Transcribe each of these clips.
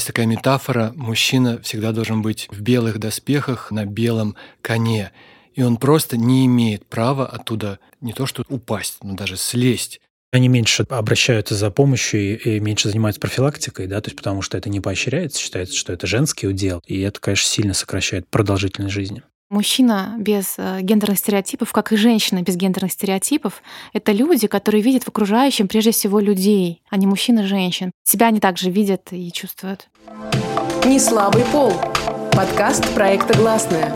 есть такая метафора: мужчина всегда должен быть в белых доспехах на белом коне, и он просто не имеет права оттуда не то что упасть, но даже слезть. Они меньше обращаются за помощью и меньше занимаются профилактикой, да, то есть потому что это не поощряется, считается, что это женский удел, и это, конечно, сильно сокращает продолжительность жизни. Мужчина без гендерных стереотипов, как и женщина без гендерных стереотипов, это люди, которые видят в окружающем прежде всего людей, а не мужчин и женщин. Себя они также видят и чувствуют. Не слабый пол. Подкаст проекта «Гласная».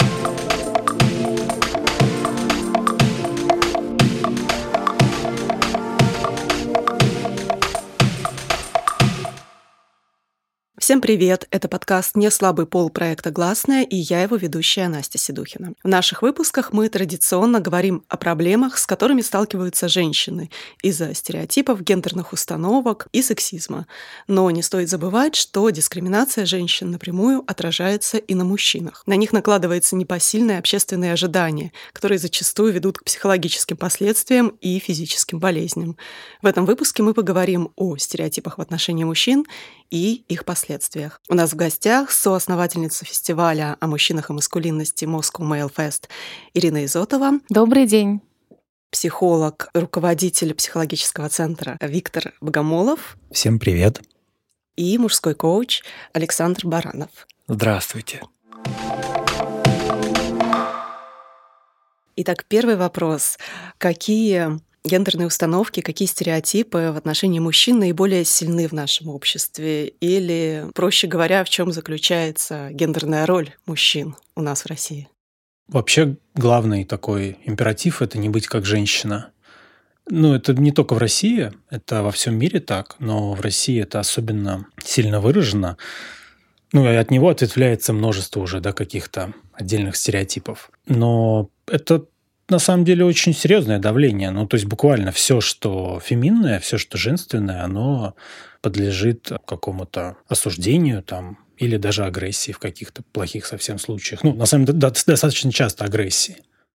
Всем привет! Это подкаст «Не слабый пол» проекта «Гласная», и я его ведущая Настя Седухина. В наших выпусках мы традиционно говорим о проблемах, с которыми сталкиваются женщины из-за стереотипов, гендерных установок и сексизма. Но не стоит забывать, что дискриминация женщин напрямую отражается и на мужчинах. На них накладываются непосильные общественные ожидания, которые зачастую ведут к психологическим последствиям и физическим болезням. В этом выпуске мы поговорим о стереотипах в отношении мужчин и их последствиях. У нас в гостях соосновательница фестиваля о мужчинах и маскулинности Moscow Male Fest Ирина Изотова. Добрый день. Психолог, руководитель психологического центра Виктор Богомолов. Всем привет. И мужской коуч Александр Баранов. Здравствуйте. Итак, первый вопрос. Какие гендерные установки, какие стереотипы в отношении мужчин наиболее сильны в нашем обществе? Или, проще говоря, в чем заключается гендерная роль мужчин у нас в России? Вообще, главный такой императив – это не быть как женщина. Это не только в России, это во всем мире так, но в России это особенно сильно выражено. И от него ответвляется множество уже, каких-то отдельных стереотипов. Но это на самом деле очень серьезное давление. То есть буквально все, что феминное, все, что женственное, оно подлежит какому-то осуждению или даже агрессии в каких-то плохих совсем случаях. На самом деле, достаточно часто агрессии.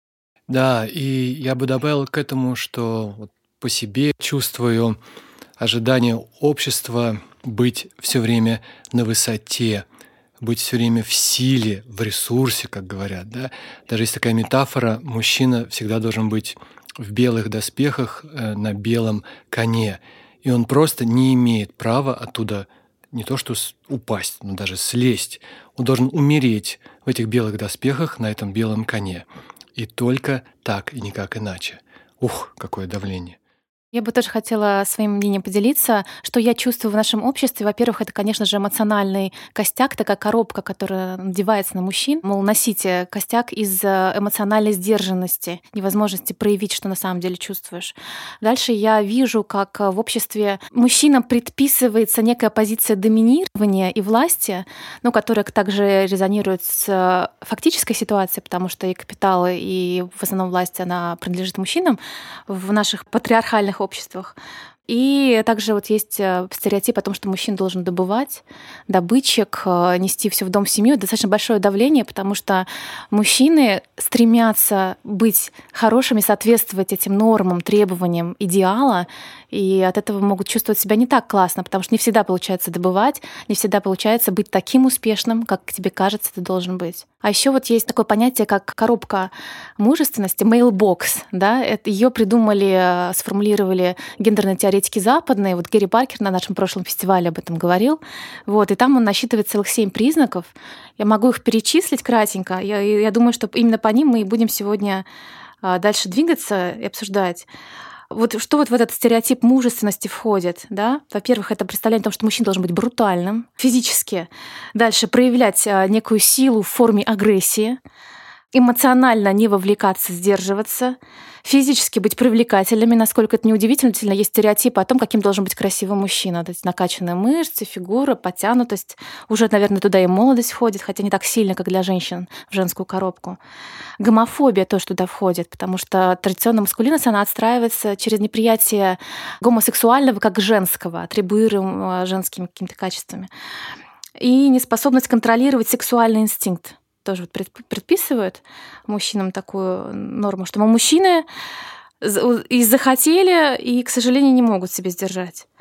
Да, и я бы добавил к этому, что по себе чувствую ожидание общества быть все время на высоте, быть все время в силе, в ресурсе, как говорят. Да? Даже есть такая метафора: мужчина всегда должен быть в белых доспехах на белом коне, и он просто не имеет права оттуда не то что упасть, но даже слезть. Он должен умереть в этих белых доспехах на этом белом коне. И только так, и никак иначе. Ух, какое давление. Я бы тоже хотела своим мнением поделиться, что я чувствую в нашем обществе. Во-первых, это, конечно же, эмоциональный костяк, такая коробка, которая надевается на мужчин. Мол, носите костяк из эмоциональной сдержанности, невозможности проявить, что на самом деле чувствуешь. Дальше я вижу, как в обществе мужчинам предписывается некая позиция доминирования и власти, которая также резонирует с фактической ситуацией, потому что и капитал, и в основном власть, она принадлежит мужчинам в наших патриархальных обществах. И также есть стереотип о том, что мужчина должен добывать, добытчик, нести все в дом, в семью. Достаточно большое давление, потому что мужчины стремятся быть хорошими, соответствовать этим нормам, требованиям идеала, и от этого могут чувствовать себя не так классно, потому что не всегда получается добывать, не всегда получается быть таким успешным, как тебе кажется, ты должен быть. А еще есть такое понятие, как коробка мужественности, male box. Да? Ее придумали, сформулировали гендерные теоретики западные. Гэри Паркер на нашем прошлом фестивале об этом говорил. И там он насчитывает целых 7 признаков. Я могу их перечислить кратенько. Я думаю, что именно по ним мы и будем сегодня дальше двигаться и обсуждать. Что в этот стереотип мужественности входит? Да? Во-первых, это представление о том, что мужчина должен быть брутальным физически. Дальше проявлять некую силу в форме агрессии. Эмоционально не вовлекаться, сдерживаться. Физически быть привлекательными, насколько это неудивительно, есть стереотипы о том, каким должен быть красивый мужчина. То есть накачанные мышцы, фигура, подтянутость. Уже, наверное, туда и молодость входит, хотя не так сильно, как для женщин в женскую коробку. Гомофобия тоже туда входит, потому что традиционная маскулинность, она отстраивается через неприятие гомосексуального как женского, атрибуируемого женскими какими-то качествами. И неспособность контролировать сексуальный инстинкт. Тоже предписывают мужчинам такую норму, что мужчины и захотели, и, к сожалению, не могут себя сдержать.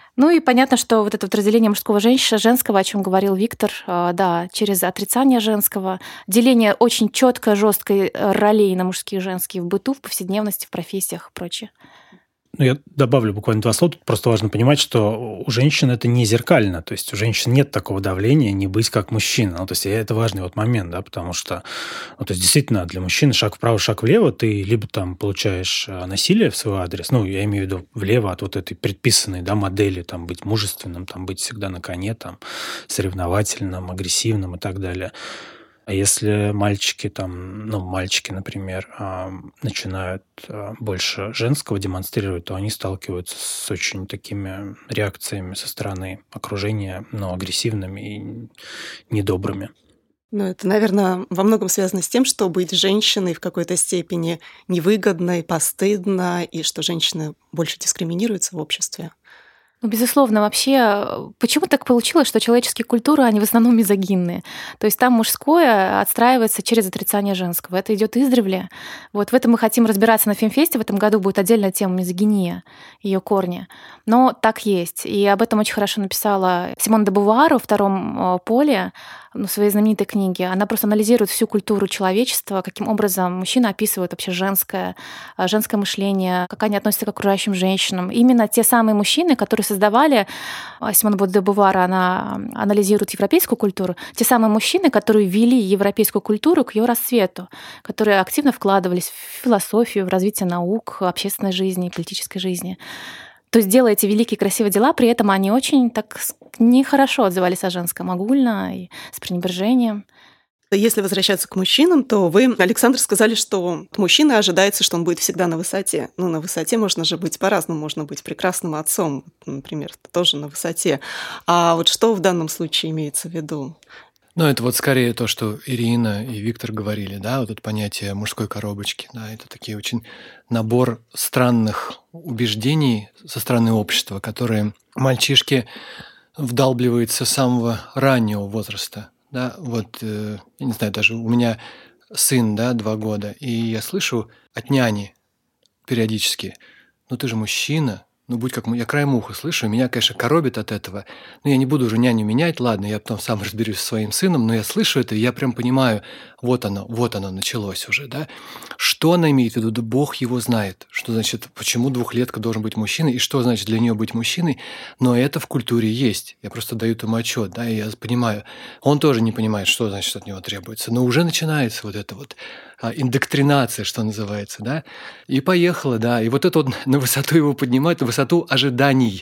Ну и понятно, что вот это вот разделение мужского женского, о чем говорил Виктор, да, через отрицание женского, деление очень четко, жесткой ролей на мужские и женские в быту, в повседневности, в профессиях и прочее. Ну, я добавлю буквально 2 слова. Тут просто важно понимать, что у женщин это не зеркально. То есть у женщин нет такого давления не быть как мужчина. Ну, то есть это важный вот момент, да, потому что ну, то есть действительно для мужчины шаг вправо, шаг влево, ты либо там получаешь насилие в свой адрес, ну, я имею в виду влево от вот этой предписанной, да, модели, там, быть мужественным, там, быть всегда на коне, там, соревновательным, агрессивным и так далее. А если мальчики, там, ну, мальчики, например, начинают больше женского демонстрировать, то они сталкиваются с очень такими реакциями со стороны окружения, но агрессивными и недобрыми. Ну, это, наверное, во многом связано с тем, что быть женщиной в какой-то степени невыгодно и постыдно, и что женщины больше дискриминируются в обществе. Ну, безусловно, вообще, почему так получилось, что человеческие культуры, они в основном мизогинные? То есть там мужское отстраивается через отрицание женского. Это идет издревле. Вот в этом мы хотим разбираться на Фемфесте. В этом году будет отдельная тема мизогиния, ее корни. Но так есть. И об этом очень хорошо написала Симон де Бувуар во «Втором поле», в своей знаменитой книге. Она просто анализирует всю культуру человечества, каким образом мужчины описывают вообще женское мышление, как они относятся к окружающим женщинам. Именно те самые мужчины, которые создавали, Симон де Бувуар, она анализирует европейскую культуру, те самые мужчины, которые вели европейскую культуру к ее расцвету, которые активно вкладывались в философию, в развитие наук, общественной жизни, политической жизни. То есть, делая эти великие красивые дела, при этом они очень так нехорошо отзывались о женском, огульно и с пренебрежением. Если возвращаться к мужчинам, то вы, Александр, сказали, что от мужчины ожидается, что он будет всегда на высоте. Ну, на высоте можно же быть по-разному. Можно быть прекрасным отцом, например, тоже на высоте. А вот что в данном случае имеется в виду? Ну, это вот скорее то, что Ирина и Виктор говорили, да, вот это понятие мужской коробочки, да, это такие очень набор странных убеждений со стороны общества, которые мальчишки вдалбливаются с самого раннего возраста, да, вот, я не знаю, даже у меня сын, да, 2 года, и я слышу от няни периодически: ну ты же мужчина, ну будь как я краем уха слышу, и меня, конечно, коробит от этого. Но я не буду уже няню менять, ладно, я потом сам разберусь со своим сыном, но я слышу это, и я прям понимаю, вот оно началось уже, да. Что она имеет в виду? Да Бог его знает. Что значит, почему 2-летка должен быть мужчиной, и что значит для нее быть мужчиной, но это в культуре есть. Я просто даю ему отчет, да, и я понимаю. Он тоже не понимает, что значит от него требуется, но уже начинается вот это вот индоктринация, что называется, да, и поехала, да, и вот это вот на высоту его поднимают, на высоту ожиданий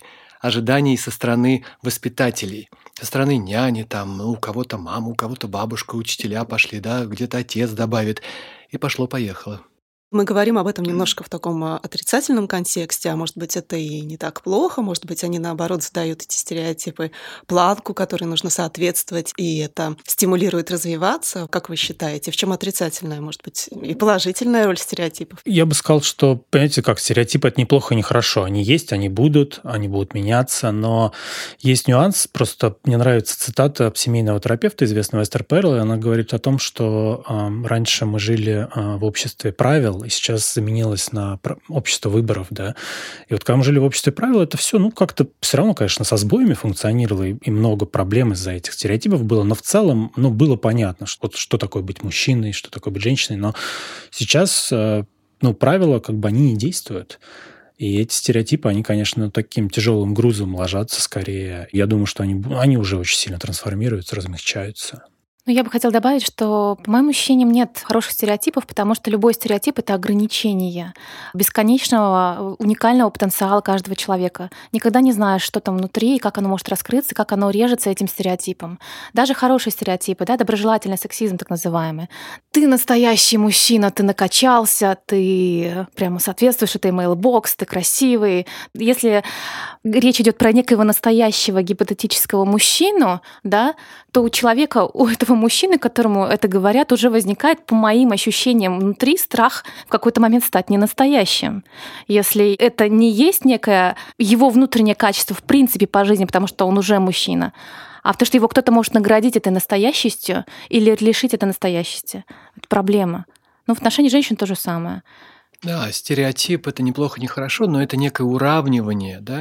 со стороны воспитателей, со стороны няни, там, ну, у кого-то мама, у кого-то бабушка, учителя пошли, да, где-то отец добавит, и пошло-поехало. Мы говорим об этом немножко в таком отрицательном контексте, а может быть, это и не так плохо, может быть, они, наоборот, задают эти стереотипы планку, которой нужно соответствовать, и это стимулирует развиваться. Как вы считаете, в чем отрицательная, может быть, и положительная роль стереотипов? Я бы сказал, что, понимаете, как стереотипы – это неплохо и нехорошо. Они есть, они будут меняться, но есть нюанс. Просто мне нравится цитата семейного терапевта, известного Эстер Перл, и она говорит о том, что раньше мы жили в обществе правил, и сейчас заменилось на общество выборов, да. И вот когда мы жили в обществе правил, это все, ну, как-то все равно, конечно, со сбоями функционировало, и много проблем из-за этих стереотипов было, но в целом, ну, было понятно, что такое быть мужчиной, что такое быть женщиной, но сейчас, ну, правила, как бы, они не действуют. И эти стереотипы, они, конечно, таким тяжелым грузом ложатся скорее. Я думаю, что они уже очень сильно трансформируются, размягчаются. Ну, я бы хотела добавить, что, по моим ощущениям, нет хороших стереотипов, потому что любой стереотип — это ограничение бесконечного, уникального потенциала каждого человека. Никогда не знаешь, что там внутри, и как оно может раскрыться, как оно режется этим стереотипом. Даже хорошие стереотипы, да, доброжелательный сексизм так называемый. Ты настоящий мужчина, ты накачался, ты прямо соответствуешь этой мейлбокс, ты красивый. Если речь идет про некоего настоящего гипотетического мужчину, да, то у человека, у этого мужчины, которому это говорят, уже возникает, по моим ощущениям, внутри страх в какой-то момент стать ненастоящим. Если это не есть некое его внутреннее качество в принципе по жизни, потому что он уже мужчина, а то, что его кто-то может наградить этой настоящестью или лишить этой настоящести. Это проблема. Но в отношении женщин то же самое. Да, стереотип – это неплохо, нехорошо, но это некое уравнивание, да,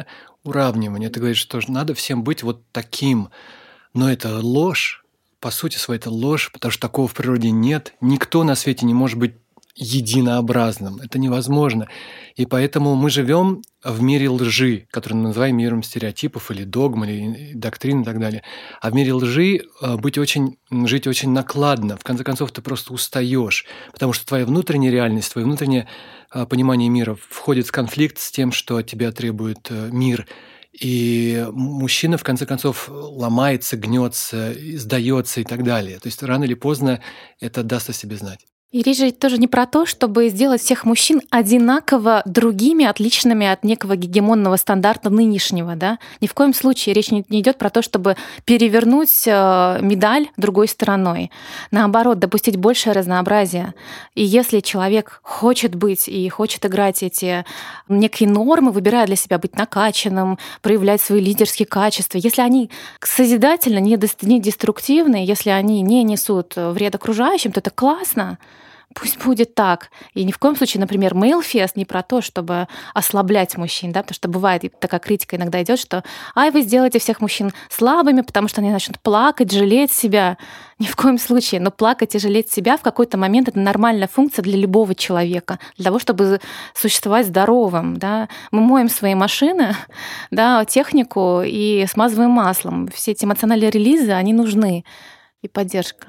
уравнивание. Ты говоришь, что надо всем быть вот таким. Но это ложь. По сути своей, это ложь, потому что такого в природе нет. Никто на свете не может быть единообразным. Это невозможно. И поэтому мы живем в мире лжи, который мы называем миром стереотипов или догм, или доктрин и так далее. А в мире лжи жить очень накладно. В конце концов, ты просто устаешь, потому что твоя внутренняя реальность, твое внутреннее понимание мира входит в конфликт с тем, что от тебя требует мир. И мужчина, в конце концов, ломается, гнется, сдается и так далее. То есть рано или поздно это даст о себе знать. И речь же тоже не про то, чтобы сделать всех мужчин одинаково другими, отличными от некого гегемонного стандарта нынешнего. Да? Ни в коем случае речь не идет про то, чтобы перевернуть медаль другой стороной. Наоборот, допустить большее разнообразие. И если человек хочет быть и хочет играть эти некие нормы, выбирая для себя быть накачанным, проявлять свои лидерские качества, если они созидательно, не деструктивны, если они не несут вред окружающим, то это классно. Пусть будет так. И ни в коем случае, например, Male-Fest не про то, чтобы ослаблять мужчин, да, потому что бывает такая критика иногда идет, что вы сделаете всех мужчин слабыми, потому что они начнут плакать, жалеть себя. Ни в коем случае. Но плакать и жалеть себя в какой-то момент — это нормальная функция для любого человека, для того, чтобы существовать здоровым. Да. Мы моем свои машины, да, технику и смазываем маслом. Все эти эмоциональные релизы, они нужны. И поддержка.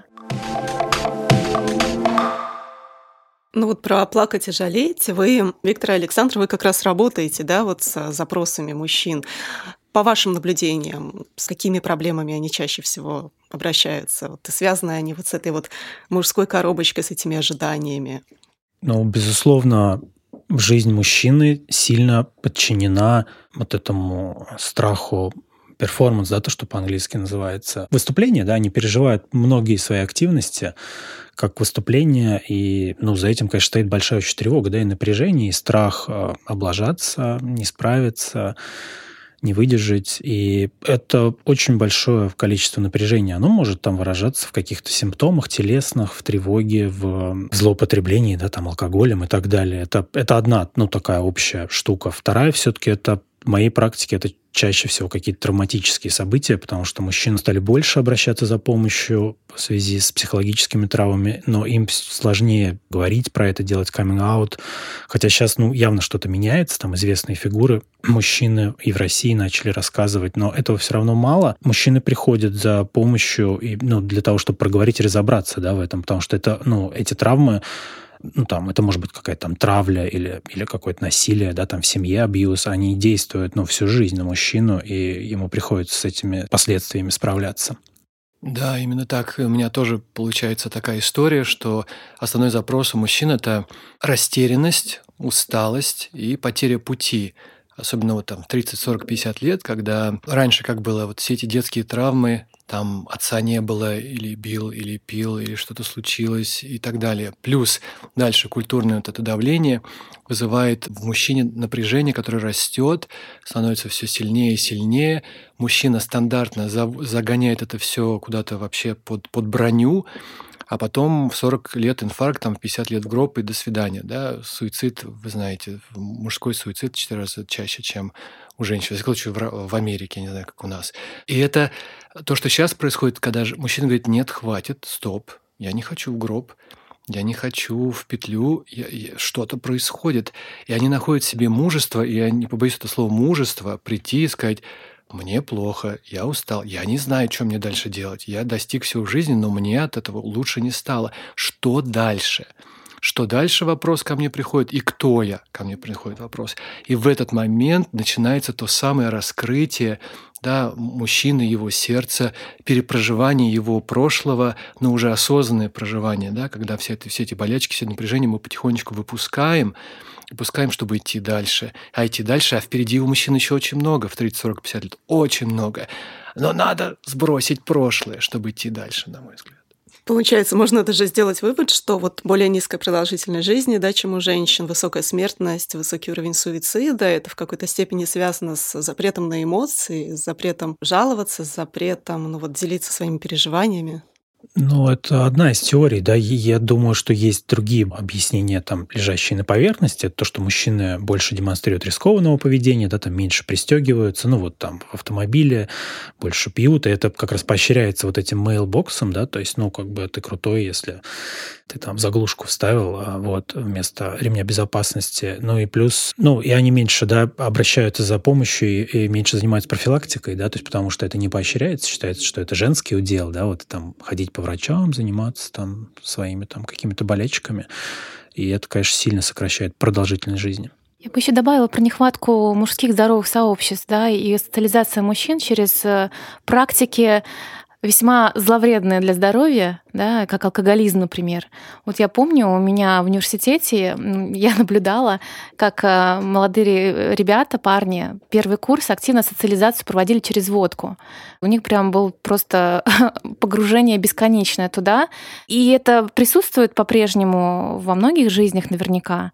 Ну вот про плакать и жалеть вы, Виктор Александр, вы как раз работаете, да, вот с запросами мужчин. По вашим наблюдениям, с какими проблемами они чаще всего обращаются? Вот, и связаны они вот с этой вот мужской коробочкой, с этими ожиданиями? Ну, безусловно, жизнь мужчины сильно подчинена вот этому страху перформанс, да, то, что по-английски называется. Выступление, да, они переживают многие свои активности как выступление, и, за этим, конечно, стоит большая очень тревога, да, и напряжение, и страх облажаться, не справиться, не выдержать. И это очень большое количество напряжения. Оно может там выражаться в каких-то симптомах телесных, в тревоге, в злоупотреблении, да, там, алкоголем и так далее. Это одна, такая общая штука. Вторая все-таки это в моей практике это чаще всего какие-то травматические события, потому что мужчины стали больше обращаться за помощью в связи с психологическими травмами, но им сложнее говорить про это, делать каминг-аут. Хотя сейчас, явно что-то меняется, там известные фигуры мужчины и в России начали рассказывать, но этого все равно мало. Мужчины приходят за помощью и, для того, чтобы проговорить и разобраться, да, в этом, потому что это, эти травмы, это может быть какая-то там травля или какое-то насилие, да, там в семье, абьюз, они действуют, всю жизнь на мужчину, и ему приходится с этими последствиями справляться. Да, именно так. У меня тоже получается такая история, что основной запрос у мужчин – это растерянность, усталость и потеря пути. Особенно 30, 40, 50 лет, когда раньше как было, все эти детские травмы, там отца не было, или бил, или пил, или что-то случилось и так далее. Плюс дальше культурное это давление вызывает в мужчине напряжение, которое растет, становится все сильнее и сильнее. Мужчина стандартно загоняет это все куда-то вообще под броню, а потом в 40 лет инфаркт, в 50 лет в гроб и до свидания. Да? Суицид, вы знаете, мужской суицид 4 раза чаще, чем у женщин. В случае в Америке, не знаю, как у нас. И это то, что сейчас происходит, когда мужчина говорит: нет, хватит, стоп, я не хочу в гроб, я не хочу в петлю, что-то происходит. И они находят в себе мужество, и я не побоюсь этого слова мужество, прийти и сказать: мне плохо, я устал, я не знаю, что мне дальше делать. Я достиг всего в жизни, но мне от этого лучше не стало. Что дальше? Что дальше вопрос ко мне приходит, и кто я? Ко мне приходит вопрос. И в этот момент начинается то самое раскрытие, да, мужчины, его сердца, перепроживание его прошлого, но уже осознанное проживание, да, когда все эти болячки, все напряжения мы потихонечку выпускаем, чтобы идти дальше. А идти дальше, впереди у мужчин еще очень много, в 30, 40, 50 лет, очень много. Но надо сбросить прошлое, чтобы идти дальше, на мой взгляд. Получается, можно даже сделать вывод, что более низкая продолжительность жизни, да, чем у женщин, высокая смертность, высокий уровень суицида, это в какой-то степени связано с запретом на эмоции, с запретом жаловаться, с запретом делиться своими переживаниями. Ну, это одна из теорий, да. Я думаю, что есть другие объяснения, там, лежащие на поверхности. Это то, что мужчины больше демонстрируют рискованного поведения, да, там меньше пристегиваются, ну, вот там в автомобиле больше пьют, и это как раз поощряется вот этим мейлбоксом, да, то есть, ну, как бы ты крутой, если ты там заглушку вставил, вот, вместо ремня безопасности. Ну, и плюс, ну, и они меньше, да, обращаются за помощью и меньше занимаются профилактикой, да, то есть потому что это не поощряется, считается, что это женский удел, да, вот там ходить по врачам, заниматься там своими там какими-то болячками. И это, конечно, сильно сокращает продолжительность жизни. Я бы еще добавила про нехватку мужских здоровых сообществ, да, и социализация мужчин через практики весьма зловредные для здоровья, да, как алкоголизм, например. Вот я помню, у меня в университете я наблюдала, как молодые ребята, парни, первый курс активно социализацию проводили через водку. У них прям было просто погружение бесконечное туда. И это присутствует по-прежнему во многих жизнях наверняка.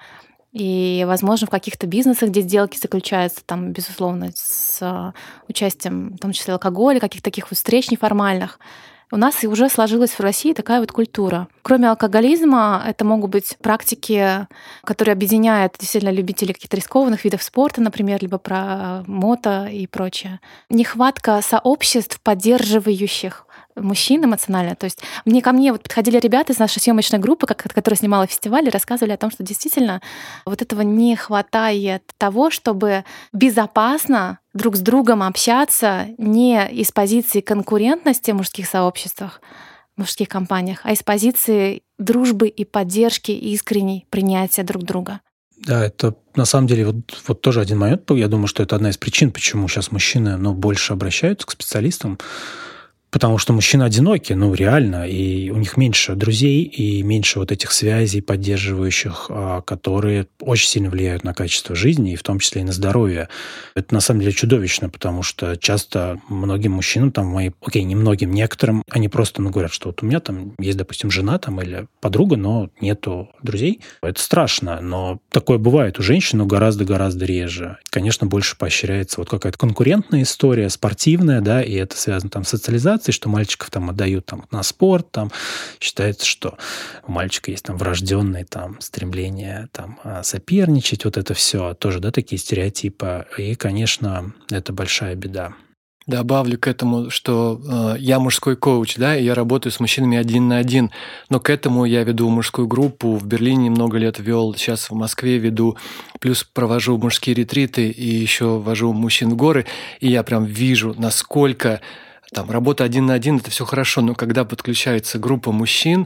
И, возможно, в каких-то бизнесах, где сделки заключаются, там, безусловно, с участием, в том числе, алкоголя, каких-то таких вот встреч неформальных. У нас и уже сложилась в России такая вот культура. Кроме алкоголизма, это могут быть практики, которые объединяют действительно любителей каких-то рискованных видов спорта, например, либо про мото и прочее. Нехватка сообществ, поддерживающих мужчин эмоционально. То есть ко мне вот подходили ребята из нашей съемочной группы, которая снимала фестиваль, и рассказывали о том, что действительно вот этого не хватает того, чтобы безопасно друг с другом общаться не из позиции конкурентности в мужских сообществах, в мужских компаниях, а из позиции дружбы и поддержки, и искренней принятия друг друга. Да, это на самом деле вот тоже один момент. Я думаю, что это одна из причин, почему сейчас мужчины больше обращаются к специалистам. Потому что мужчины одиноки, реально, и у них меньше друзей и меньше вот этих связей поддерживающих, которые очень сильно влияют на качество жизни, и в том числе и на здоровье. Это на самом деле чудовищно, потому что часто многим мужчинам, не многим, некоторым, они просто говорят, что вот у меня там есть, допустим, жена там или подруга, но нету друзей. Это страшно, но такое бывает у женщин, но гораздо-гораздо реже. Конечно, больше поощряется вот какая-то конкурентная история, спортивная, да, и это связано там с социализацией, что мальчиков там отдают там на спорт, там считается, что у мальчика есть там врожденное там стремление там соперничать, вот это все тоже, да, такие стереотипы. И, конечно, это большая беда. Добавлю к этому, что я мужской коуч, да, и я работаю с мужчинами 1 на 1, но к этому я веду мужскую группу, в Берлине много лет вел, сейчас в Москве веду, плюс провожу мужские ретриты и еще вожу мужчин в горы, и я прям вижу, насколько там работа 1 на 1 – это все хорошо, но когда подключается группа мужчин,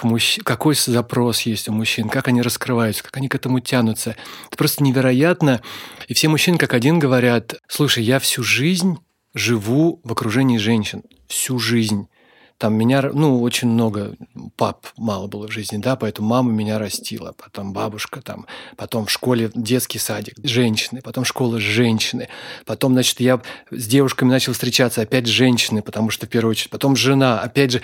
какой запрос есть у мужчин, как они раскрываются, как они к этому тянутся. Это просто невероятно. И все мужчины как один говорят: слушай, я всю жизнь живу в окружении женщин. Всю жизнь. Там меня, очень много пап мало было в жизни, да, поэтому мама меня растила, потом бабушка, потом в школе детский садик, женщины, потом школа женщины, потом, значит, я с девушками начал встречаться, опять женщины, потому что в первую очередь, потом жена, опять же.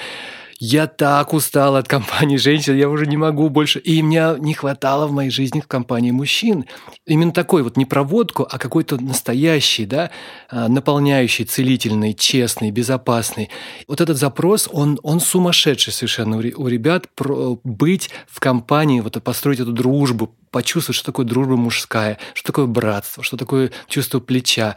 Я так устал от компании женщин, я уже не могу больше. И мне не хватало в моей жизни в компании мужчин. Именно такой вот не проводку, а какой-то настоящий, да, наполняющий, целительный, честный, безопасный. Вот этот запрос, он сумасшедший совершенно у ребят. Быть в компании, вот построить эту дружбу, почувствовать, что такое дружба мужская, что такое братство, что такое чувство плеча.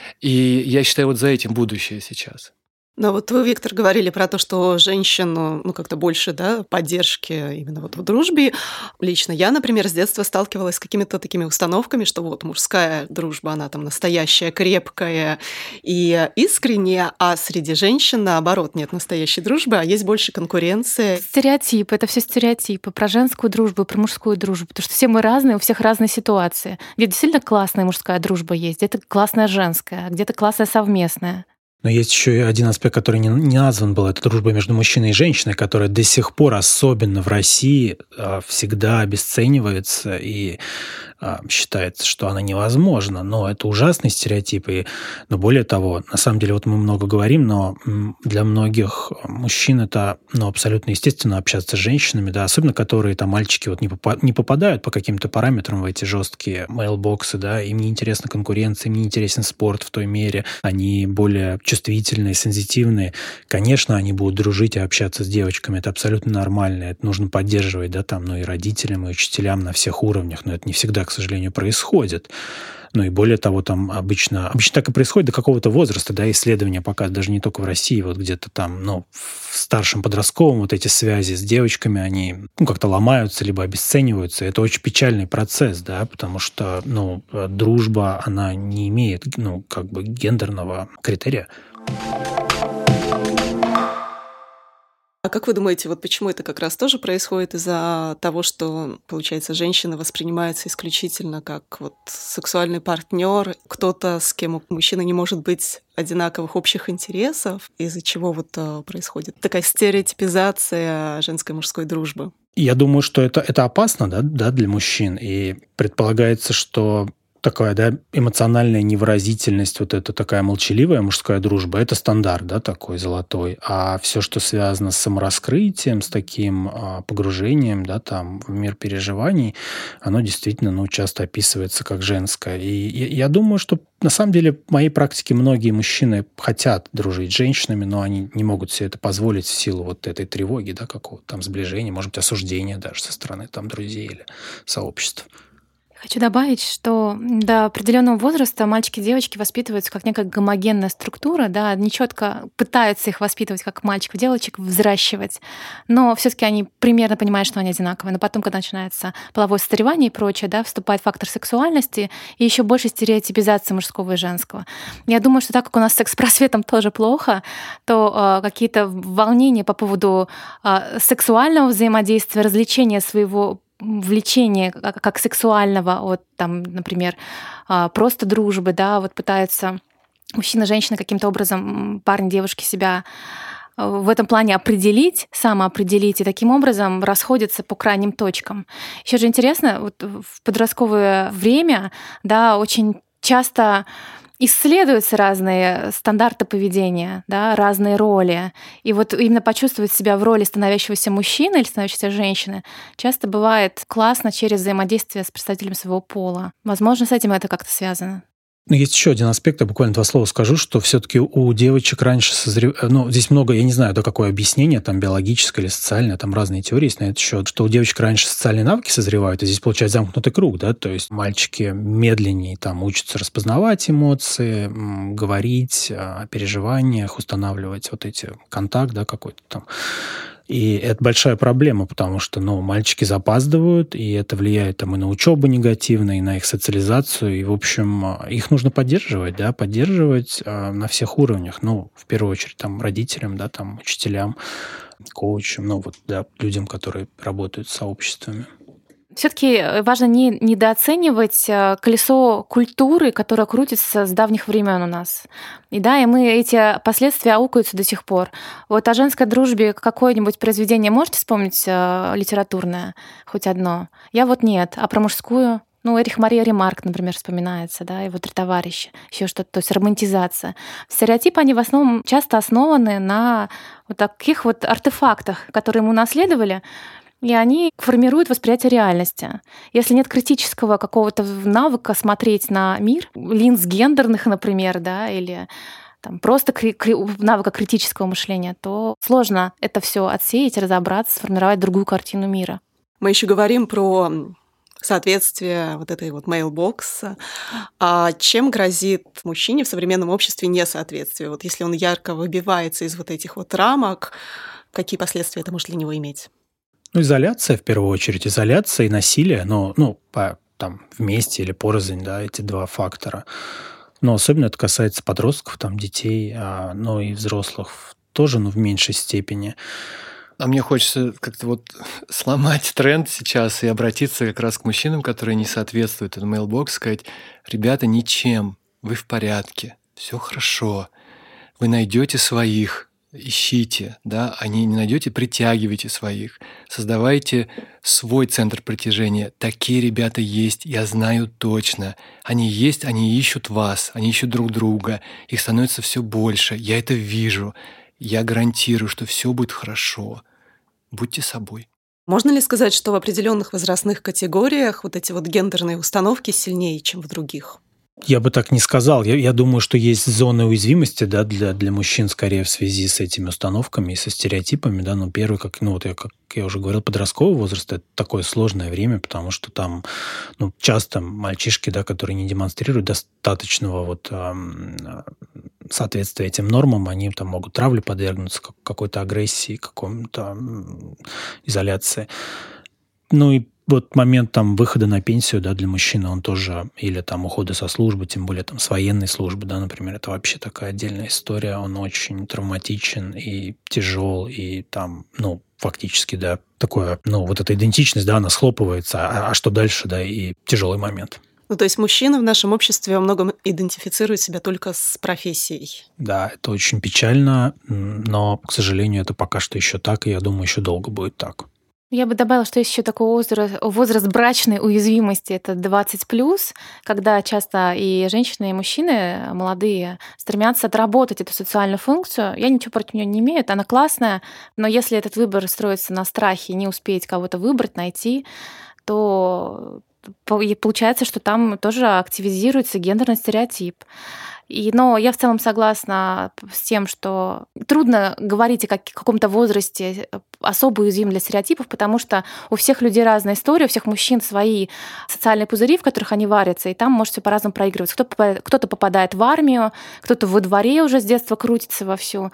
И я считаю, вот за этим будущее сейчас. Но вот вы, Виктор, говорили про то, что женщин, как-то больше, да, поддержки именно вот в дружбе. Лично я, например, с детства сталкивалась с какими-то такими установками, что вот мужская дружба, она там настоящая, крепкая и искренняя, а среди женщин, наоборот, нет настоящей дружбы, а есть больше конкуренции. Стереотипы, это все стереотипы про женскую дружбу и про мужскую дружбу, потому что все мы разные, у всех разные ситуации. Где действительно классная мужская дружба есть, где-то классная женская, где-то классная совместная. Но есть еще и один аспект, который не назван был. Это дружба между мужчиной и женщиной, которая до сих пор, особенно в России, всегда обесценивается. И считается, что она невозможна, но это ужасный стереотип. Но более того, на самом деле, вот мы много говорим, но для многих мужчин это абсолютно естественно общаться с женщинами, да, особенно которые там мальчики вот не попадают по каким-то параметрам в эти жесткие мейлбоксы, да, им не интересна конкуренция, им не интересен спорт в той мере, они более чувствительные, сензитивные. Конечно, они будут дружить и общаться с девочками, это абсолютно нормально, это нужно поддерживать, да, там, и родителям, и учителям на всех уровнях, но это не всегда, к сожалению, происходит. Ну и более того, там обычно так и происходит до какого-то возраста, да, исследования показывают, даже не только в России, вот где-то там, в старшем подростковом вот эти связи с девочками, они, как-то ломаются, либо обесцениваются. Это очень печальный процесс, да, потому что, дружба, она не имеет, гендерного критерия. А как вы думаете, вот почему это как раз тоже происходит из-за того, что, получается, женщина воспринимается исключительно как вот сексуальный партнер, кто-то, с кем у мужчины не может быть одинаковых общих интересов, из-за чего вот происходит такая стереотипизация женской и мужской дружбы? Я думаю, что это опасно, да, для мужчин, и предполагается, что такая, да, эмоциональная невыразительность, вот эта такая молчаливая мужская дружба, это стандарт, да, такой золотой. А все, что связано с самораскрытием, с таким погружением, да, там, в мир переживаний, оно действительно, часто описывается как женское. И я думаю, что на самом деле в моей практике многие мужчины хотят дружить с женщинами, но они не могут себе это позволить в силу вот этой тревоги, да, какого-то там сближения, может быть, осуждения даже со стороны там друзей или сообществ. Хочу добавить, что до определенного возраста мальчики и девочки воспитываются как некая гомогенная структура, да, нечетко пытаются их воспитывать как мальчиков, девочек, взращивать, но все-таки они примерно понимают, что они одинаковые. Но потом, когда начинается половое созревание и прочее, да, вступает фактор сексуальности и еще больше стереотипизации мужского и женского. Я думаю, что так как у нас с секс-просветом тоже плохо, то какие-то волнения по поводу сексуального взаимодействия, развлечения своего влечение как сексуального от, там, например, просто дружбы, да, вот пытаются мужчина и женщина каким-то образом, парень, девушки себя в этом плане определить, самоопределить, и таким образом расходятся по крайним точкам. Еще же интересно, вот в подростковое время, да, очень часто исследуются разные стандарты поведения, да, разные роли. И вот именно почувствовать себя в роли становящегося мужчины или становящейся женщины часто бывает классно через взаимодействие с представителем своего пола. Возможно, с этим это как-то связано. Есть еще один аспект, я буквально 2 слова скажу, что все-таки у девочек раньше здесь много, я не знаю, да, какое объяснение, там биологическое или социальное, там разные теории есть на этот счет, что у девочек раньше социальные навыки созревают, и здесь получается замкнутый круг, да, то есть мальчики медленнее там учатся распознавать эмоции, говорить о переживаниях, устанавливать вот эти контакт, да, какой-то там. И это большая проблема, потому что, мальчики запаздывают, и это влияет там и на учебу негативно, и на их социализацию, и, в общем, их нужно поддерживать, да, на всех уровнях, в первую очередь, там, родителям, да, там, учителям, коучам, людям, которые работают с сообществами. Все-таки важно не недооценивать колесо культуры, которое крутится с давних времен у нас. И мы эти последствия аукаются до сих пор. Вот о женской дружбе какое-нибудь произведение можете вспомнить литературное? Хоть одно? Я вот нет. А про мужскую? Эрих Мария Ремарк, например, вспоминается, да, его 3 товарища, еще что-то, то есть романтизация. Стереотипы, они в основном часто основаны на вот таких вот артефактах, которые мы унаследовали, и они формируют восприятие реальности. Если нет критического какого-то навыка смотреть на мир, линз гендерных, например, да, или там, просто навыка критического мышления, то сложно это все отсеять, разобраться, сформировать другую картину мира. Мы еще говорим про соответствие вот этой вот mailbox. А чем грозит мужчине в современном обществе несоответствие? Вот если он ярко выбивается из вот этих вот рамок, какие последствия это может для него иметь? Изоляция, в первую очередь, изоляция и насилие, там, вместе или порознь, да, эти 2 фактора. Но особенно это касается подростков, там, детей, но и взрослых тоже, в меньшей степени. А мне хочется как-то вот сломать тренд сейчас и обратиться как раз к мужчинам, которые не соответствуют этому mailbox, сказать: ребята, ничем, вы в порядке, все хорошо, вы найдете своих. ищите, да, а не найдете, притягивайте своих, создавайте свой центр притяжения. Такие ребята есть, я знаю точно. Они есть, они ищут вас, они ищут друг друга, их становится все больше, я это вижу. Я гарантирую, что все будет хорошо. Будьте собой. Можно ли сказать, что в определенных возрастных категориях вот эти вот гендерные установки сильнее, чем в других? Я бы так не сказал. Я думаю, что есть зоны уязвимости, да, для мужчин скорее в связи с этими установками и со стереотипами, да. Но первый, как я уже говорил, подростковый возраст – это такое сложное время, потому что там часто мальчишки, да, которые не демонстрируют достаточного соответствия этим нормам, они там могут травле подвергнуться, какой-то агрессии, какому-то изоляции. Ну и вот момент там выхода на пенсию, да, для мужчины, он тоже, или там ухода со службы, тем более там с военной службы, да, например, это вообще такая отдельная история, он очень травматичен и тяжел, и там, фактически, да, такое, вот эта идентичность, да, она схлопывается, а что дальше, да, и тяжелый момент. То есть мужчины в нашем обществе во многом идентифицируют себя только с профессией. Да, это очень печально, но, к сожалению, это пока что еще так, и я думаю, еще долго будет так. Я бы добавила, что есть еще такой возраст брачной уязвимости, это 20+, когда часто и женщины, и мужчины молодые стремятся отработать эту социальную функцию. Я ничего против нее не имею, она классная, но если этот выбор строится на страхе, не успеть кого-то выбрать, найти, то получается, что там тоже активизируется гендерный стереотип. Но я в целом согласна с тем, что трудно говорить о каком-то возрасте особо уязвим для стереотипов, потому что у всех людей разная история, у всех мужчин свои социальные пузыри, в которых они варятся, и там может все по-разному проигрываться. Кто-то попадает в армию, кто-то во дворе уже с детства крутится вовсю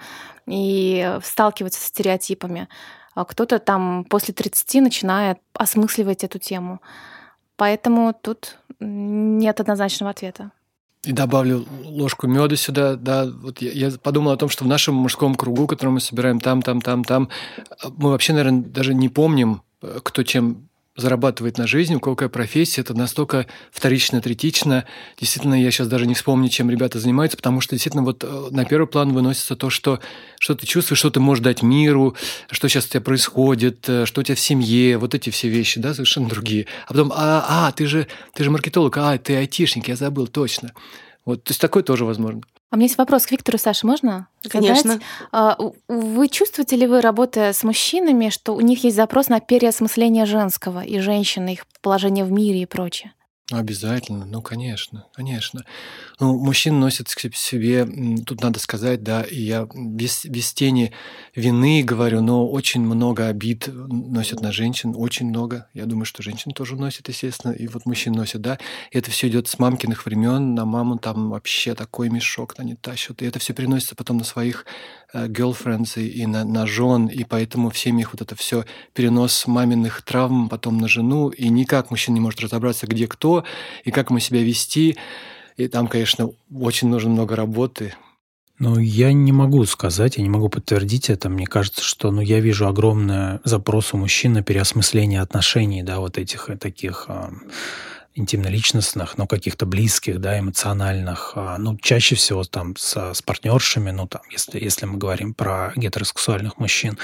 и сталкивается с стереотипами, а кто-то там после 30 начинает осмысливать эту тему. Поэтому тут нет однозначного ответа. И добавлю ложку меда сюда, да, вот я подумал о том, что в нашем мужском кругу, который мы собираем там, мы вообще, наверное, даже не помним, кто чем зарабатывает на жизнь, у кого какая профессия, это настолько вторично, третично. Действительно, я сейчас даже не вспомню, чем ребята занимаются, потому что действительно вот на первый план выносится то, что ты чувствуешь, что ты можешь дать миру, что сейчас у тебя происходит, что у тебя в семье, вот эти все вещи, да, совершенно другие. А потом, ты же маркетолог, ты айтишник, я забыл, точно. Вот, то есть такое тоже возможно. У меня есть вопрос к Виктору, Саша, можно задать? Конечно. Вы чувствуете ли вы, работая с мужчинами, что у них есть запрос на переосмысление женского и женщины, их положение в мире и прочее? Обязательно, конечно. Мужчины носят к себе, тут надо сказать, да, и я без тени вины говорю, но очень много обид носят на женщин, очень много. Я думаю, что женщины тоже носят, естественно, и вот мужчины носят, да. И это все идет с мамкиных времен, на маму там вообще такой мешок они тащат, и это все переносится потом на своих girlfriends и на жен, и поэтому в семьях вот это все перенос маминых травм потом на жену, и никак мужчина не может разобраться, где кто, и как ему себя вести. И там, конечно, очень нужно много работы. Я не могу сказать, я не могу подтвердить это. Мне кажется, что я вижу огромный запрос у мужчин на переосмысление отношений, да, вот этих таких интимно-личностных, каких-то близких, да, эмоциональных. Чаще всего там с партнершами, если мы говорим про гетеросексуальных мужчин.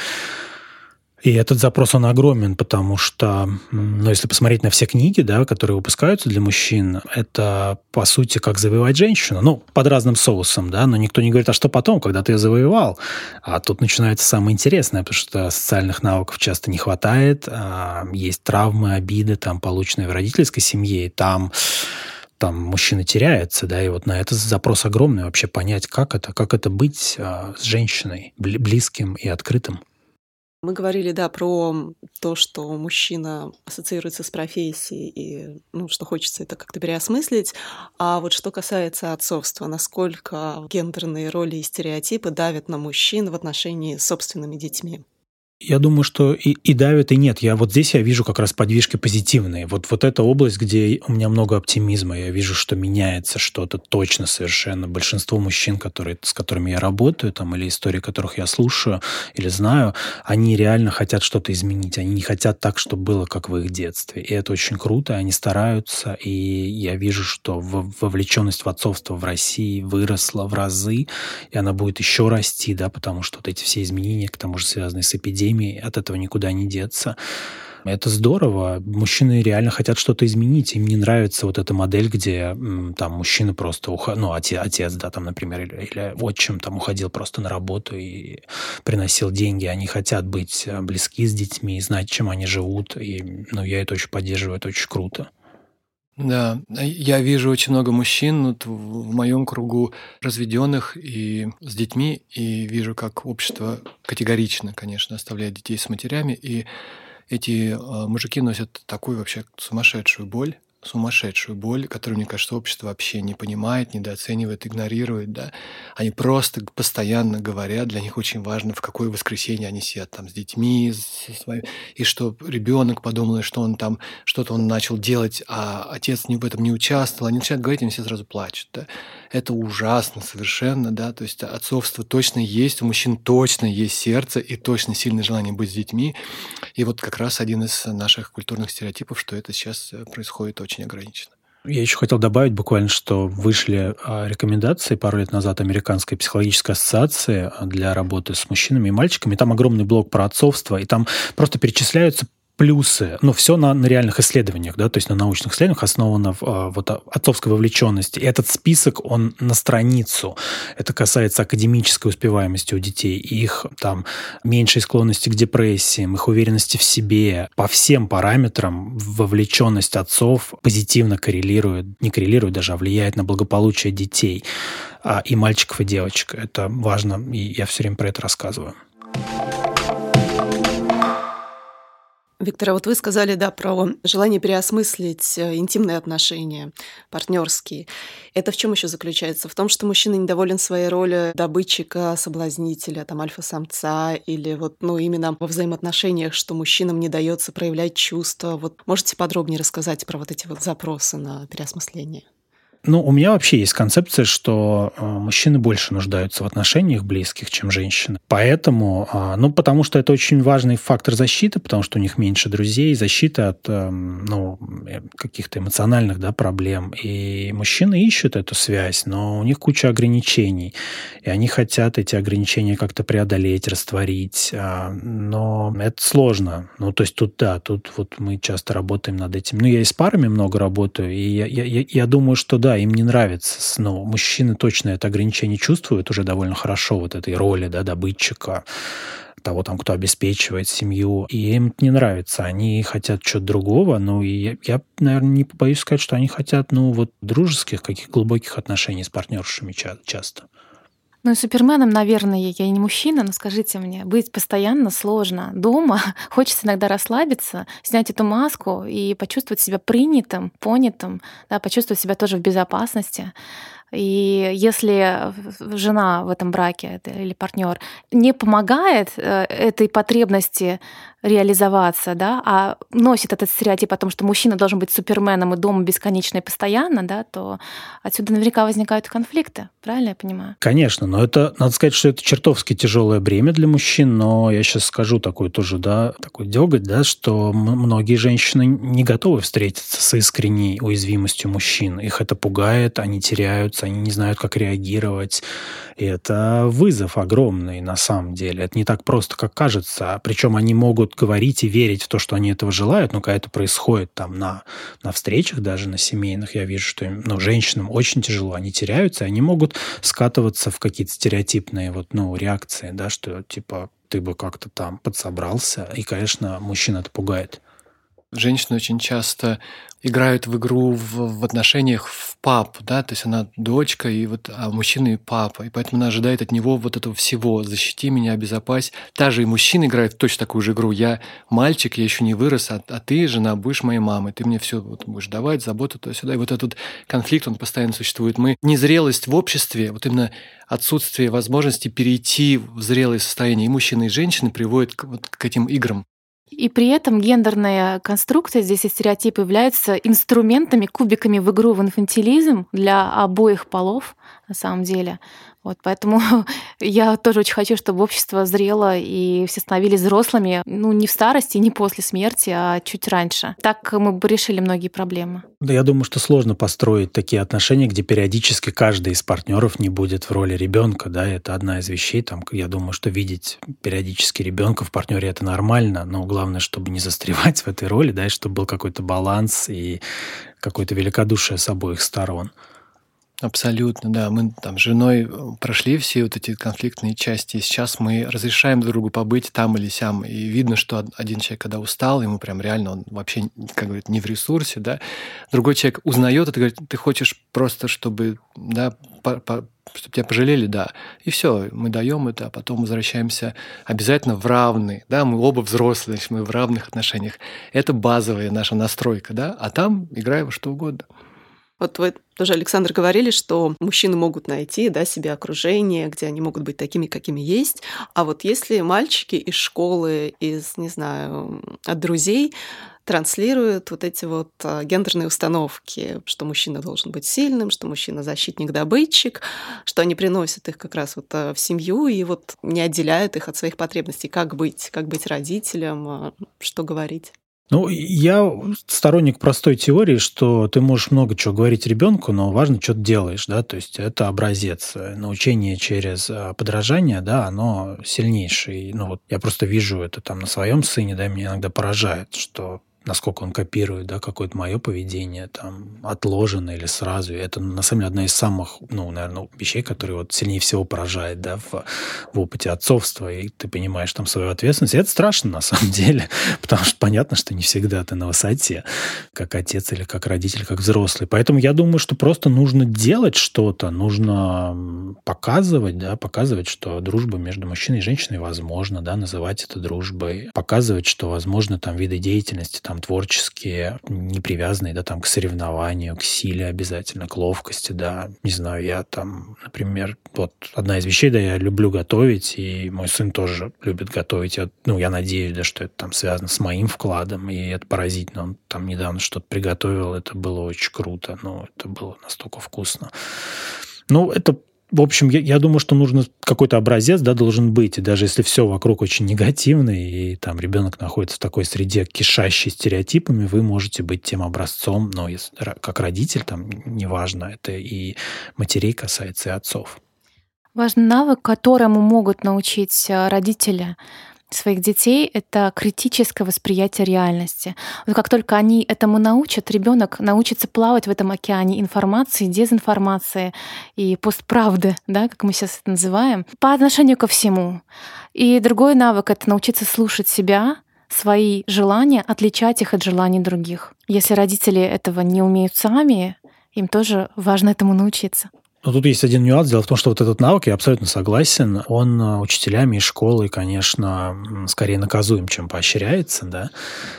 И этот запрос, он огромен, потому что, если посмотреть на все книги, да, которые выпускаются для мужчин, это, по сути, как завоевать женщину. Под разным соусом, да, но никто не говорит, а что потом, когда ты ее завоевал? А тут начинается самое интересное, потому что социальных навыков часто не хватает, есть травмы, обиды, полученные в родительской семье, и там мужчина теряется, да, и вот на это запрос огромный, вообще понять, как это быть с женщиной, близким и открытым. Мы говорили, да, про то, что мужчина ассоциируется с профессией и, что хочется это как-то переосмыслить. А вот что касается отцовства, насколько гендерные роли и стереотипы давят на мужчин в отношении с собственными детьми? Я думаю, что и давит, и нет. Здесь я вижу как раз подвижки позитивные. Вот эта область, где у меня много оптимизма. Я вижу, что меняется что-то точно совершенно. Большинство мужчин, с которыми я работаю, или истории которых я слушаю или знаю, они реально хотят что-то изменить. Они не хотят так, чтобы было, как в их детстве. И это очень круто, они стараются. И я вижу, что вовлеченность в отцовство в России выросла в разы, и она будет еще расти, потому что эти все изменения, к тому же связанные с эпидемией, от этого никуда не деться. Это здорово. Мужчины реально хотят что-то изменить. Им не нравится эта модель, где мужчина просто отец, например, или отчим уходил просто на работу и приносил деньги. Они хотят быть близки с детьми, знать, чем они живут. И я это очень поддерживаю, это очень круто. Да, я вижу очень много мужчин в моем кругу разведенных и с детьми, и вижу, как общество категорично, конечно, оставляет детей с матерями, и эти мужики носят такую вообще сумасшедшую боль, которую, мне кажется, общество вообще не понимает, недооценивает, игнорирует, да. Они просто постоянно говорят, для них очень важно, в какое воскресенье они сидят с детьми, и что ребенок подумал, что он что-то он начал делать, а отец в этом не участвовал. Они начинают говорить, они все сразу плачут, да. Это ужасно совершенно, да, то есть отцовство точно есть, у мужчин точно есть сердце и точно сильное желание быть с детьми. И как раз один из наших культурных стереотипов, что это сейчас происходит очень ограниченно. Я еще хотел добавить буквально, что вышли рекомендации пару лет назад Американской психологической ассоциации для работы с мужчинами и мальчиками. Там огромный блок про отцовство, и там просто перечисляются плюсы, все на реальных исследованиях, то есть на научных исследованиях основано отцовской вовлеченности. И этот список, он на страницу. Это касается академической успеваемости у детей, их меньшей склонности к депрессиям, их уверенности в себе. По всем параметрам вовлеченность отцов позитивно не коррелирует даже, а влияет на благополучие детей, и мальчиков, и девочек. Это важно, и я все время про это рассказываю. Виктор, вы сказали, про желание переосмыслить интимные отношения, партнерские. Это в чем еще заключается? В том, что мужчина недоволен своей роли добытчика, соблазнителя, альфа-самца, или именно во взаимоотношениях, что мужчинам не дается проявлять чувства. Можете подробнее рассказать про эти запросы на переосмысление? У меня вообще есть концепция, что мужчины больше нуждаются в отношениях близких, чем женщины. Поэтому, потому что это очень важный фактор защиты, потому что у них меньше друзей, защита от каких-то эмоциональных проблем. И мужчины ищут эту связь, но у них куча ограничений. И они хотят эти ограничения как-то преодолеть, растворить. Но это сложно. Тут мы часто работаем над этим. Я и с парами много работаю, и я думаю, что им не нравится. Мужчины точно это ограничение чувствуют уже довольно хорошо, этой роли, добытчика, того, кто обеспечивает семью. И им это не нравится. Они хотят чего-то другого. И я, наверное, не побоюсь сказать, что они хотят, дружеских, каких глубоких отношений с партнершами часто. И суперменом, наверное, я и не мужчина, но скажите мне, быть постоянно сложно. Дома хочется иногда расслабиться, снять эту маску и почувствовать себя принятым, понятым, почувствовать себя тоже в безопасности. И если жена в этом браке или партнер не помогает этой потребности реализоваться, а носит этот стереотип о том, что мужчина должен быть суперменом и дома бесконечно и постоянно, то отсюда наверняка возникают конфликты. Правильно я понимаю? Конечно, но это, надо сказать, что это чертовски тяжелое бремя для мужчин, но я сейчас скажу такой тоже, такой дёготь, что многие женщины не готовы встретиться с искренней уязвимостью мужчин. Их это пугает, они теряются, они не знают, как реагировать. И это вызов огромный на самом деле. Это не так просто, как кажется. Причем они могут говорить и верить в то, что они этого желают, но когда это происходит на встречах, даже на семейных, я вижу, что женщинам очень тяжело. Они теряются, они могут скатываться в какие-то стереотипные реакции, что ты бы как-то подсобрался. И, конечно, мужчин это пугает. Женщины очень часто играют в игру в отношениях в папу, да, то есть она дочка, а мужчина и папа, и поэтому она ожидает от него вот этого всего: защити меня, обезопась. Также и мужчина играет в точно такую же игру: я мальчик, я еще не вырос, а ты, жена, будешь моей мамой, ты мне все будешь давать, заботу туда-сюда. И вот этот конфликт, он постоянно существует. Незрелость в обществе, вот именно отсутствие возможности перейти в зрелое состояние и мужчины, и женщины приводит к этим играм. И при этом гендерная конструкция здесь и стереотипы являются инструментами, кубиками в игру в инфантилизм для обоих полов, на самом деле. Поэтому я тоже очень хочу, чтобы общество зрело и все становились взрослыми, не в старости, не после смерти, а чуть раньше. Так мы бы решили многие проблемы. Да, я думаю, что сложно построить такие отношения, где периодически каждый из партнеров не будет в роли ребенка, да, это одна из вещей. Я думаю, что видеть периодически ребенка в партнере это нормально, но главное, чтобы не застревать в этой роли, да, и чтобы был какой-то баланс и какое-то великодушие с обоих сторон. Абсолютно, да. Мы с женой прошли все вот эти конфликтные части, и сейчас мы разрешаем друг другу побыть там или сям. И видно, что один человек, когда устал, ему прям реально, он вообще, как говорят, не в ресурсе, да. Другой человек узнает это, говорит: ты хочешь просто, чтобы, да, чтобы тебя пожалели, да. И все, мы даем это, а потом возвращаемся обязательно в равные, да, мы оба взрослые, значит, мы в равных отношениях. Это базовая наша настройка, да, а там играй во что угодно. Вот вы тоже, Александр, говорили, что мужчины могут найти, да, себе окружение, где они могут быть такими, какими есть. А вот если мальчики из школы, не знаю, от друзей транслируют вот эти вот гендерные установки, что мужчина должен быть сильным, что мужчина защитник-добытчик, что они приносят их как раз в семью и не отделяют их от своих потребностей. Как быть родителем, что говорить? Я сторонник простой теории, что ты можешь много чего говорить ребенку, но важно, что ты делаешь, да, то есть это образец. Научение через подражание, да, оно сильнейшее. Я просто вижу это на своем сыне, да, меня иногда поражает, что насколько он копирует, да, какое-то мое поведение, отложено или сразу. И это, на самом деле, одна из самых, наверное, вещей, которые сильнее всего поражает, да, в опыте отцовства. И ты понимаешь свою ответственность. И это страшно, на самом деле, потому что понятно, что не всегда ты на высоте, как отец или как родитель, как взрослый. Поэтому я думаю, что просто нужно делать что-то, нужно показывать, что дружба между мужчиной и женщиной возможна, да, называть это дружбой, показывать, что возможно виды деятельности, творческие, не привязанные, да, к соревнованию, к силе обязательно, к ловкости, да. Не знаю, я например, одна из вещей, да, я люблю готовить, и мой сын тоже любит готовить. Я надеюсь, да, что это связано с моим вкладом, и это поразительно. Он недавно что-то приготовил, это было очень круто, это было настолько вкусно. Это в общем, я думаю, что нужно какой-то образец, да, должен быть. И даже если все вокруг очень негативно, и ребенок находится в такой среде, кишащей стереотипами, вы можете быть тем образцом, но как родитель, неважно, это и матерей касается, и отцов. Важный навык, которому могут научить родители своих детей, это критическое восприятие реальности. Как только они этому научат, ребенок научится плавать в этом океане информации, дезинформации и постправды, да, как мы сейчас это называем, по отношению ко всему. И другой навык — это научиться слушать себя, свои желания, отличать их от желаний других. Если родители этого не умеют сами, им тоже важно этому научиться. Тут есть один нюанс. Дело в том, что этот навык, я абсолютно согласен, он учителями и школой, конечно, скорее наказуем, чем поощряется, да.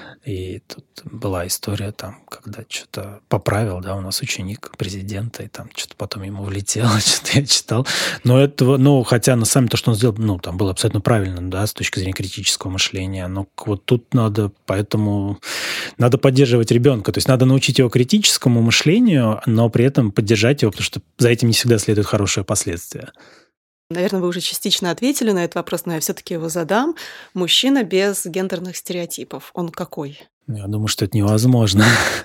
И тут была история, когда что-то поправил, да, у нас ученик президента, и что-то потом ему влетело, что-то я читал. Но хотя на самом деле то, что он сделал, было абсолютно правильно, да, с точки зрения критического мышления. Но тут надо поддерживать ребенка. То есть надо научить его критическому мышлению, но при этом поддержать его, потому что за этим не всегда следует хорошее последствие. Наверное, вы уже частично ответили на этот вопрос, но я все-таки его задам. Мужчина без гендерных стереотипов, он какой? Я думаю, что это невозможно.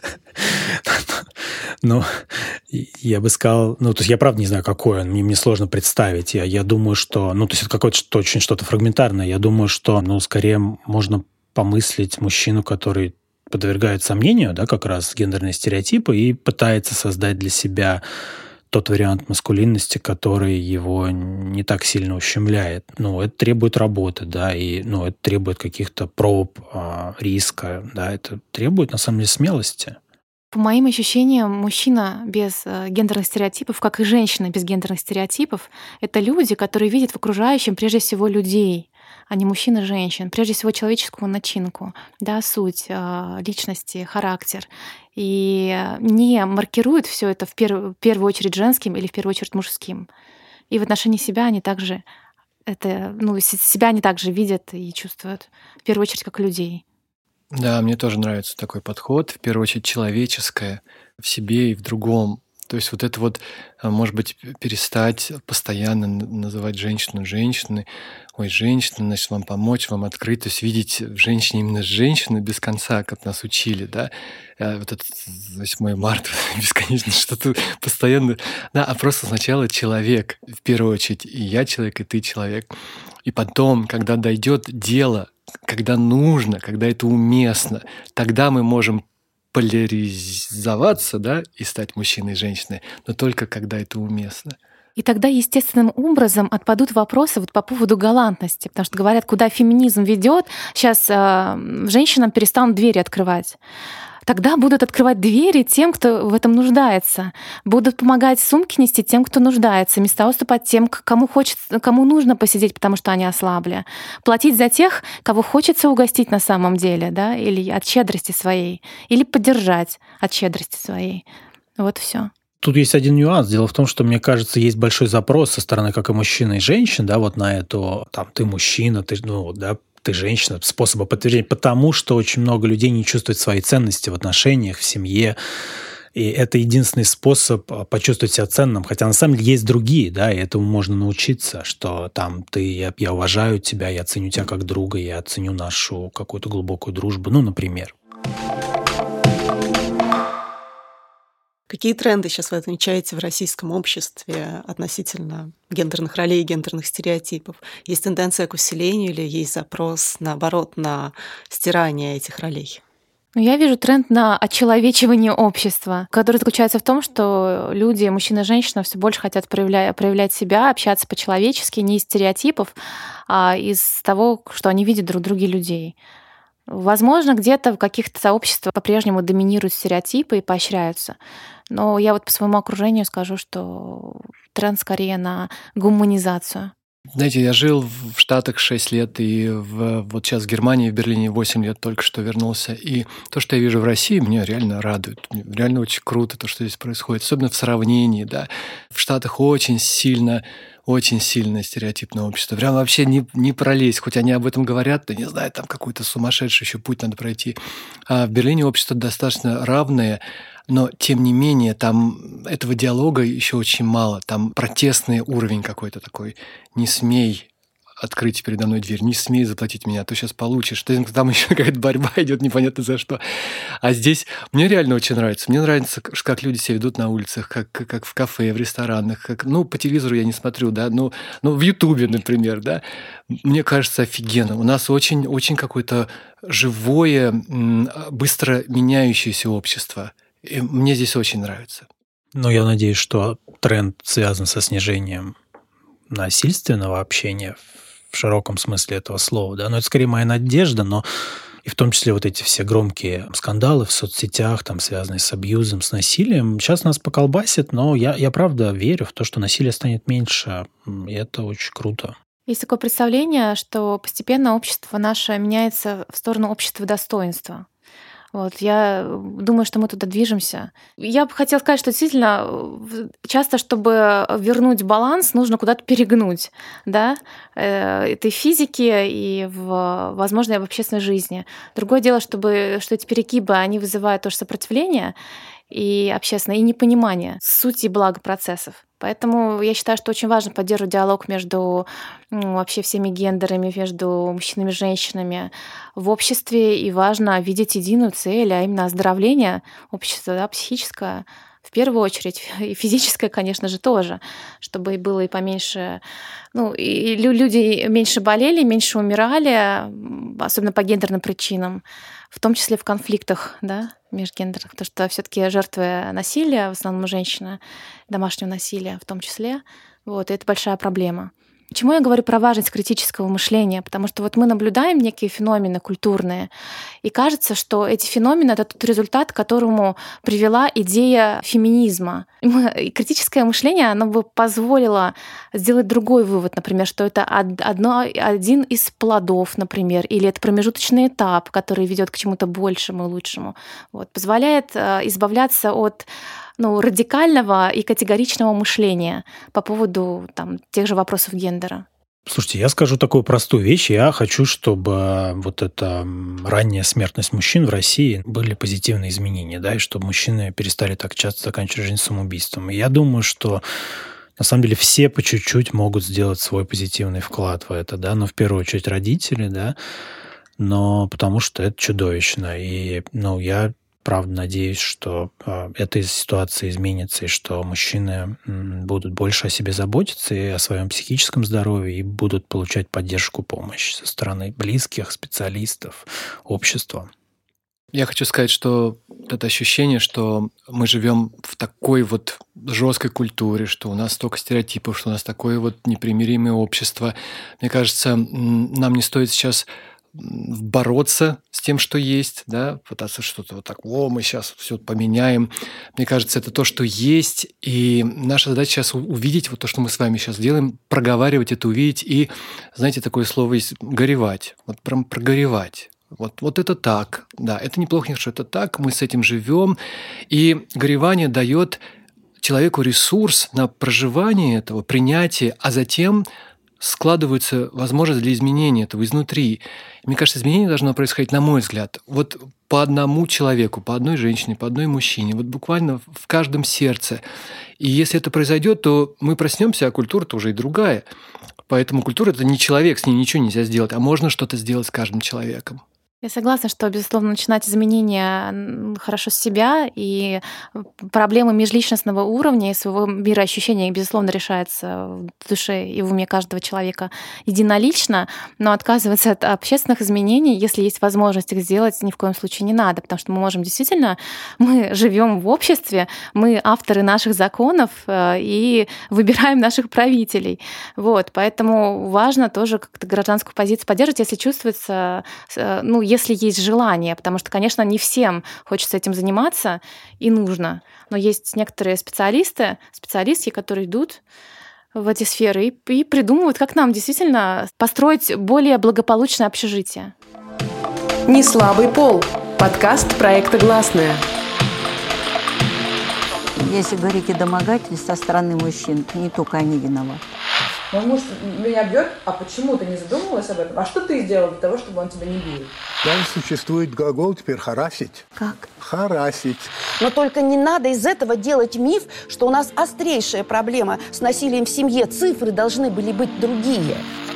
Я бы сказал... то есть я правда не знаю, какой он. Мне сложно представить. Я думаю, что... то есть это какое-то очень что-то фрагментарное. Я думаю, что, скорее можно помыслить мужчину, который подвергает сомнению, да, как раз гендерные стереотипы и пытается создать для себя тот вариант маскулинности, который его не так сильно ущемляет. Это требует работы, да, и это требует каких-то проб, риска, да, это требует, на самом деле, смелости. По моим ощущениям, мужчина без гендерных стереотипов, как и женщина без гендерных стереотипов, это люди, которые видят в окружающем прежде всего людей, а не мужчин и женщин, прежде всего человеческую начинку, да, суть личности, характер. И не маркируют все это в первую очередь женским или в первую очередь мужским. И в отношении себя они также себя они также видят и чувствуют, в первую очередь, как людей. Да, мне тоже нравится такой подход, в первую очередь человеческое в себе и в другом. То есть вот это вот, может быть, перестать постоянно называть женщину женщиной. Ой, женщина, значит, вам помочь, вам открыть. То есть видеть в женщине именно женщину без конца, как нас учили, да. Вот этот 8 марта, бесконечно что-то постоянно. Да, а просто сначала человек, в первую очередь. И я человек, и ты человек. И потом, когда дойдет дело, когда нужно, когда это уместно, тогда мы можем поляризоваться, да, и стать мужчиной и женщиной, но только когда это уместно. И тогда естественным образом отпадут вопросы по поводу галантности, потому что говорят, куда феминизм ведет, сейчас женщинам перестанут двери открывать. Тогда будут открывать двери тем, кто в этом нуждается. Будут помогать сумки нести тем, кто нуждается. Места уступать тем, кому нужно посидеть, потому что они ослабли. Платить за тех, кого хочется угостить на самом деле, да, или от щедрости своей, или поддержать от щедрости своей. Вот все. Тут есть один нюанс. Дело в том, что, мне кажется, есть большой запрос со стороны как и мужчин, и женщин, да, вот на эту, ты мужчина, ты женщина, способа подтверждения, потому что очень много людей не чувствуют своей ценности в отношениях, в семье. И это единственный способ почувствовать себя ценным. Хотя на самом деле есть другие, да, и этому можно научиться, что я уважаю тебя, я ценю тебя как друга, я ценю нашу какую-то глубокую дружбу, например. Какие тренды сейчас вы отмечаете в российском обществе относительно гендерных ролей и гендерных стереотипов? Есть тенденция к усилению или есть запрос, наоборот, на стирание этих ролей? Я вижу тренд на очеловечивание общества, который заключается в том, что люди, мужчина и женщина, все больше хотят проявлять себя, общаться по-человечески, не из стереотипов, а из того, что они видят друг в друге людей. Возможно, где-то в каких-то сообществах по-прежнему доминируют стереотипы и поощряются. Но я по своему окружению скажу, что тренд скорее на гуманизацию. Знаете, я жил в Штатах 6 лет, и вот сейчас в Германии, в Берлине 8 лет только что вернулся. И то, что я вижу в России, меня реально радует. Мне реально очень круто то, что здесь происходит. Особенно в сравнении, да. В Штатах очень сильное стереотипное общество. Прям вообще не пролезть. Хоть они об этом говорят, да не знаю, там какой-то сумасшедший еще путь надо пройти. А в Берлине общество достаточно равное, но, тем не менее, там этого диалога еще очень мало. Там протестный уровень какой-то такой. Не смей открыть передо мной дверь, не смей заплатить меня, а то сейчас получишь. Там еще какая-то борьба идет, непонятно за что. А здесь мне реально очень нравится. Мне нравится, как люди себя ведут на улицах, как в кафе, в ресторанах. По телевизору я не смотрю, да, в Ютубе, например, да. Мне кажется, офигенно. У нас очень какое-то живое, быстро меняющееся общество. И мне здесь очень нравится. Я надеюсь, что тренд связан со снижением насильственного общения в широком смысле этого слова. Да? Это скорее моя надежда, но и в том числе вот эти все громкие скандалы в соцсетях, связанные с абьюзом, с насилием, сейчас нас поколбасит, но я правда верю в то, что насилие станет меньше, и это очень круто. Есть такое представление, что постепенно общество наше меняется в сторону общества достоинства. Я думаю, что мы туда движемся. Я бы хотела сказать, что действительно часто, чтобы вернуть баланс, нужно куда-то перегнуть, да, это и в физике, и возможно, и в общественной жизни. Другое дело, что эти перегибы, они вызывают тоже сопротивление и общественное, и непонимание сути и блага процессов. Поэтому я считаю, что очень важно поддерживать диалог между вообще всеми гендерами, между мужчинами и женщинами в обществе, и важно видеть единую цель, а именно оздоровление общества, да, психическое, в первую очередь, и физическое, конечно же, тоже, чтобы было и поменьше, и люди меньше болели, меньше умирали, особенно по гендерным причинам, в том числе в конфликтах, да, межгендерных, потому что все-таки жертвы насилия, в основном женщины, домашнего насилия в том числе, и это большая проблема. Почему я говорю про важность критического мышления? Потому что мы наблюдаем некие феномены культурные, и кажется, что эти феномены — это тот результат, к которому привела идея феминизма. И критическое мышление, оно бы позволило сделать другой вывод, например, что это один из плодов, например, или это промежуточный этап, который ведет к чему-то большему и лучшему. Позволяет избавляться от радикального и категоричного мышления по поводу тех же вопросов гендера. Слушайте, я скажу такую простую вещь. Я хочу, чтобы эта ранняя смертность мужчин в России были позитивные изменения, да, и чтобы мужчины перестали так часто заканчивать жизнь самоубийством. И я думаю, что на самом деле все по чуть-чуть могут сделать свой позитивный вклад в это, да, но в первую очередь родители, да, но потому что это чудовищно. И, я правда надеюсь, что эта ситуация изменится, и что мужчины будут больше о себе заботиться и о своем психическом здоровье, и будут получать поддержку, помощь со стороны близких, специалистов, общества. Я хочу сказать, что это ощущение, что мы живем в такой жесткой культуре, что у нас столько стереотипов, что у нас такое непримиримое общество. Мне кажется, нам не стоит сейчас бороться с тем, что есть, да, пытаться что-то мы сейчас все поменяем. Мне кажется, это то, что есть, и наша задача сейчас увидеть то, что мы с вами сейчас делаем, проговаривать это, увидеть, и, знаете, такое слово есть — горевать, прям прогоревать. Вот это так, да, это неплохо, не хорошо, это так, мы с этим живем, и горевание дает человеку ресурс на проживание этого, принятие, а затем складывается возможность для изменения этого изнутри. Мне кажется, изменение должно происходить, на мой взгляд, по одному человеку, по одной женщине, по одной мужчине, буквально в каждом сердце. И если это произойдет, то мы проснемся, а культура-то уже и другая. Поэтому культура — это не человек, с ней ничего нельзя сделать, а можно что-то сделать с каждым человеком. Я согласна, что, безусловно, начинать изменения хорошо с себя, и проблемы межличностного уровня и своего мироощущения, безусловно, решаются в душе и в уме каждого человека единолично, но отказываться от общественных изменений, если есть возможность их сделать, ни в коем случае не надо, потому что мы живем в обществе, мы авторы наших законов и выбираем наших правителей. Поэтому важно тоже как-то гражданскую позицию поддерживать, если чувствуется, если есть желание, потому что, конечно, не всем хочется этим заниматься и нужно. Но есть некоторые специалистки, которые идут в эти сферы и придумывают, как нам действительно построить более благополучное общежитие. «Неслабый пол» – подкаст проекта «Гласная». Если говорить о домогательстве со стороны мужчин, то не только они виноваты. Мой муж меня бьет, а почему ты не задумывалась об этом? А что ты сделал для того, чтобы он тебя не бил? Там существует глагол теперь «харасить». Как? Харасить. Но только не надо из этого делать миф, что у нас острейшая проблема с насилием в семье. Цифры должны были быть другие.